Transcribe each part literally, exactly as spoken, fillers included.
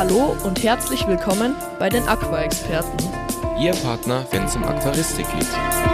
Hallo und herzlich willkommen bei den Aqua-Experten. Ihr Partner, wenn es um Aquaristik geht.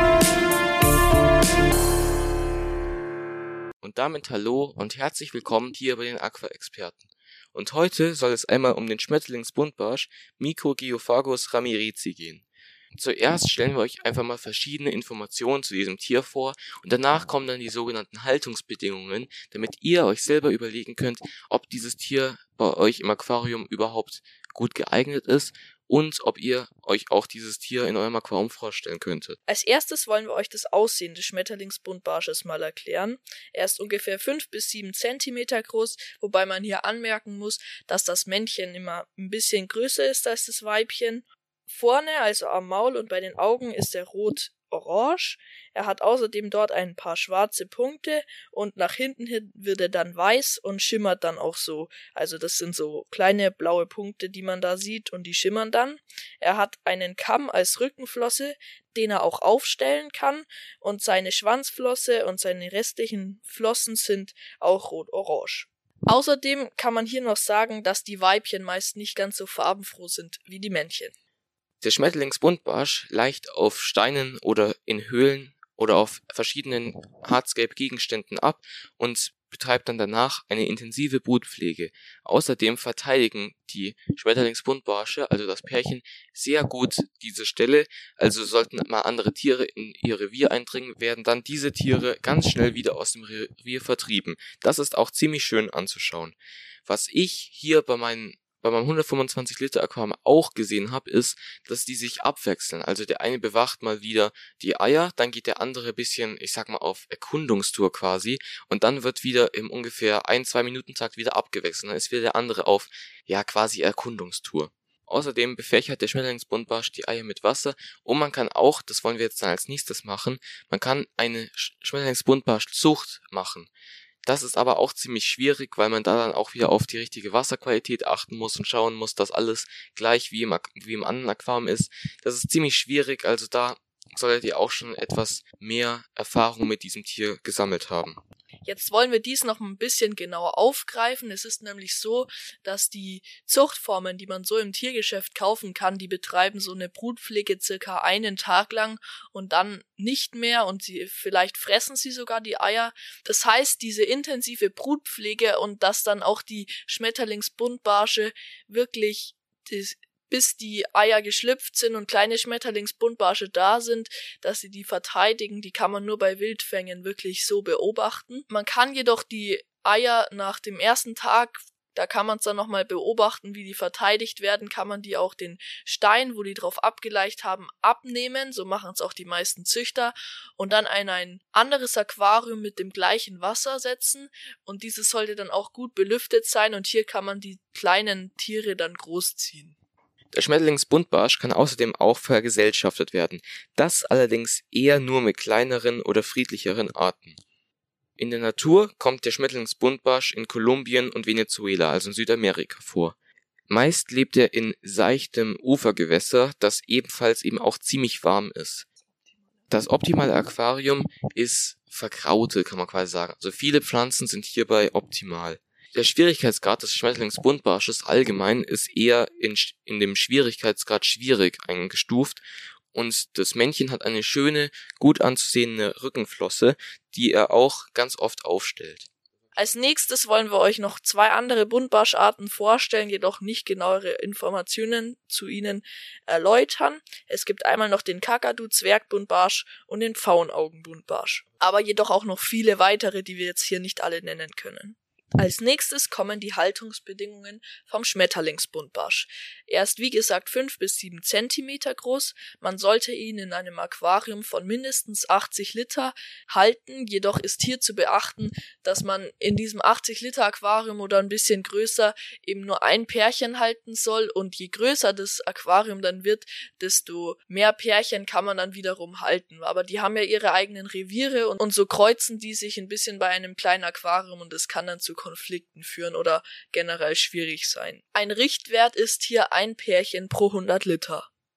Und damit hallo und herzlich willkommen hier bei den Aqua-Experten. Und heute soll es einmal um den Schmetterlingsbuntbarsch Microgeophagus ramirezi gehen. Zuerst stellen wir euch einfach mal verschiedene Informationen zu diesem Tier vor und danach kommen dann die sogenannten Haltungsbedingungen, damit ihr euch selber überlegen könnt, ob dieses Tier bei euch im Aquarium überhaupt gut geeignet ist und ob ihr euch auch dieses Tier in eurem Aquarium vorstellen könntet. Als erstes wollen wir euch das Aussehen des Schmetterlingsbuntbarsches mal erklären. Er ist ungefähr fünf bis sieben Zentimeter groß, wobei man hier anmerken muss, dass das Männchen immer ein bisschen größer ist als das Weibchen. Vorne, also am Maul und bei den Augen, ist er rot-orange. Er hat außerdem dort ein paar schwarze Punkte und nach hinten hin wird er dann weiß und schimmert dann auch so. Also das sind so kleine blaue Punkte, die man da sieht und die schimmern dann. Er hat einen Kamm als Rückenflosse, den er auch aufstellen kann und seine Schwanzflosse und seine restlichen Flossen sind auch rot-orange. Außerdem kann man hier noch sagen, dass die Weibchen meist nicht ganz so farbenfroh sind wie die Männchen. Der Schmetterlingsbuntbarsch laicht auf Steinen oder in Höhlen oder auf verschiedenen Hardscape-Gegenständen ab und betreibt dann danach eine intensive Brutpflege. Außerdem verteidigen die Schmetterlingsbuntbarsche, also das Pärchen, sehr gut diese Stelle. Also sollten mal andere Tiere in ihr Revier eindringen, werden dann diese Tiere ganz schnell wieder aus dem Revier vertrieben. Das ist auch ziemlich schön anzuschauen. Was ich hier bei meinen bei meinem hundertfünfundzwanzig Liter Aquarium auch gesehen habe, ist, dass die sich abwechseln. Also der eine bewacht mal wieder die Eier, dann geht der andere ein bisschen, ich sag mal, auf Erkundungstour quasi und dann wird wieder im ungefähr ein, zwei Minuten Takt wieder abgewechselt. Dann ist wieder der andere auf, ja, quasi Erkundungstour. Außerdem befächert der Schmetterlingsbuntbarsch die Eier mit Wasser und man kann auch, das wollen wir jetzt dann als nächstes machen, man kann eine Schmetterlingsbuntbarschzucht machen. Das ist aber auch ziemlich schwierig, weil man da dann auch wieder auf die richtige Wasserqualität achten muss und schauen muss, dass alles gleich wie im, wie im anderen Aquarium ist. Das ist ziemlich schwierig, also da solltet ihr auch schon etwas mehr Erfahrung mit diesem Tier gesammelt haben. Jetzt wollen wir dies noch ein bisschen genauer aufgreifen. Es ist nämlich so, dass die Zuchtformen, die man so im Tiergeschäft kaufen kann, die betreiben so eine Brutpflege circa einen Tag lang und dann nicht mehr und sie vielleicht fressen sie sogar die Eier. Das heißt, diese intensive Brutpflege und dass dann auch die Schmetterlingsbuntbarsche wirklich das bis die Eier geschlüpft sind und kleine Schmetterlingsbuntbarsche da sind, dass sie die verteidigen, die kann man nur bei Wildfängen wirklich so beobachten. Man kann jedoch die Eier nach dem ersten Tag, da kann man es dann nochmal beobachten, wie die verteidigt werden, kann man die auch den Stein, wo die drauf abgeleicht haben, abnehmen, so machen es auch die meisten Züchter, und dann in ein anderes Aquarium mit dem gleichen Wasser setzen und dieses sollte dann auch gut belüftet sein und hier kann man die kleinen Tiere dann großziehen. Der Schmetterlingsbuntbarsch kann außerdem auch vergesellschaftet werden, das allerdings eher nur mit kleineren oder friedlicheren Arten. In der Natur kommt der Schmetterlingsbuntbarsch in Kolumbien und Venezuela, also in Südamerika, vor. Meist lebt er in seichtem Ufergewässer, das ebenfalls eben auch ziemlich warm ist. Das optimale Aquarium ist verkraute, kann man quasi sagen. Also viele Pflanzen sind hierbei optimal. Der Schwierigkeitsgrad des Schmetterlingsbuntbarsches allgemein ist eher in, in dem Schwierigkeitsgrad schwierig eingestuft und das Männchen hat eine schöne, gut anzusehende Rückenflosse, die er auch ganz oft aufstellt. Als nächstes wollen wir euch noch zwei andere Buntbarscharten vorstellen, jedoch nicht genauere Informationen zu ihnen erläutern. Es gibt einmal noch den Kakadu-Zwergbuntbarsch und den Pfauenaugenbuntbarsch, aber jedoch auch noch viele weitere, die wir jetzt hier nicht alle nennen können. Als nächstes kommen die Haltungsbedingungen vom Schmetterlingsbuntbarsch. Er ist wie gesagt fünf bis sieben Zentimeter groß. Man sollte ihn in einem Aquarium von mindestens achtzig Liter halten. Jedoch ist hier zu beachten, dass man in diesem achtzig Liter Aquarium oder ein bisschen größer eben nur ein Pärchen halten soll. Und je größer das Aquarium dann wird, desto mehr Pärchen kann man dann wiederum halten. Aber die haben ja ihre eigenen Reviere und, und so kreuzen die sich ein bisschen bei einem kleinen Aquarium und das kann dann zu Konflikten führen oder generell schwierig sein. Ein Richtwert ist hier ein Pärchen pro hundert Liter.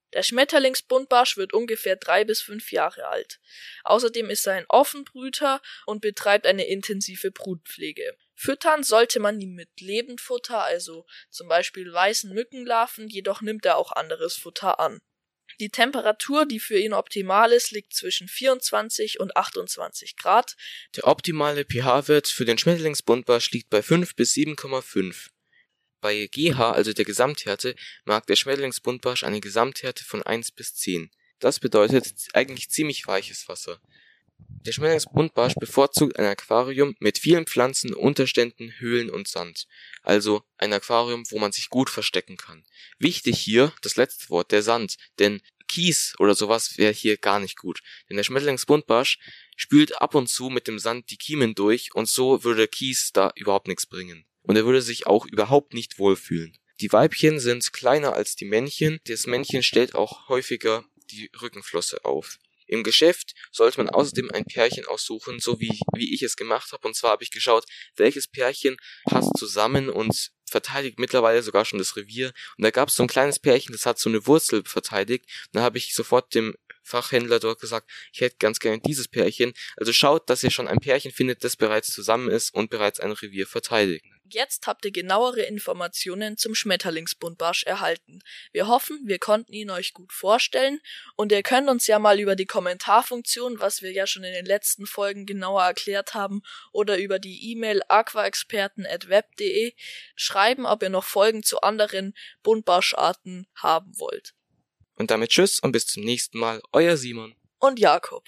Der Schmetterlingsbuntbarsch wird ungefähr drei bis fünf Jahre alt. Außerdem ist er ein Offenbrüter und betreibt eine intensive Brutpflege. Füttern sollte man ihn mit Lebendfutter, also zum Beispiel weißen Mückenlarven, jedoch nimmt er auch anderes Futter an. Die Temperatur, die für ihn optimal ist, liegt zwischen vierundzwanzig und achtundzwanzig Grad. Der optimale pH-Wert für den Schmetterlingsbuntbarsch liegt bei fünf bis sieben Komma fünf. Bei G H, also der Gesamthärte, mag der Schmetterlingsbuntbarsch eine Gesamthärte von eins bis zehn. Das bedeutet eigentlich ziemlich weiches Wasser. Der Schmetterlingsbuntbarsch bevorzugt ein Aquarium mit vielen Pflanzen, Unterständen, Höhlen und Sand. Also ein Aquarium, wo man sich gut verstecken kann. Wichtig hier das letzte Wort, der Sand, denn Kies oder sowas wäre hier gar nicht gut. Denn der Schmetterlingsbuntbarsch spült ab und zu mit dem Sand die Kiemen durch und so würde Kies da überhaupt nichts bringen. Und er würde sich auch überhaupt nicht wohlfühlen. Die Weibchen sind kleiner als die Männchen, das Männchen stellt auch häufiger die Rückenflosse auf. Im Geschäft sollte man außerdem ein Pärchen aussuchen, so wie, wie ich es gemacht habe. Und zwar habe ich geschaut, welches Pärchen passt zusammen und verteidigt mittlerweile sogar schon das Revier. Und da gab es so ein kleines Pärchen, das hat so eine Wurzel verteidigt. Und da habe ich sofort dem Fachhändler dort gesagt, ich hätte ganz gerne dieses Pärchen. Also schaut, dass ihr schon ein Pärchen findet, das bereits zusammen ist und bereits ein Revier verteidigt. Jetzt habt ihr genauere Informationen zum Schmetterlingsbuntbarsch erhalten. Wir hoffen, wir konnten ihn euch gut vorstellen und ihr könnt uns ja mal über die Kommentarfunktion, was wir ja schon in den letzten Folgen genauer erklärt haben, oder über die E-Mail aquaexperten at web punkt de schreiben, ob ihr noch Folgen zu anderen Buntbarscharten haben wollt. Und damit tschüss und bis zum nächsten Mal, euer Simon und Jakob.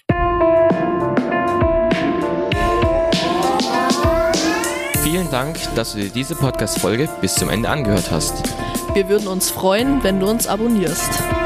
Vielen Dank, dass du dir diese Podcast-Folge bis zum Ende angehört hast. Wir würden uns freuen, wenn du uns abonnierst.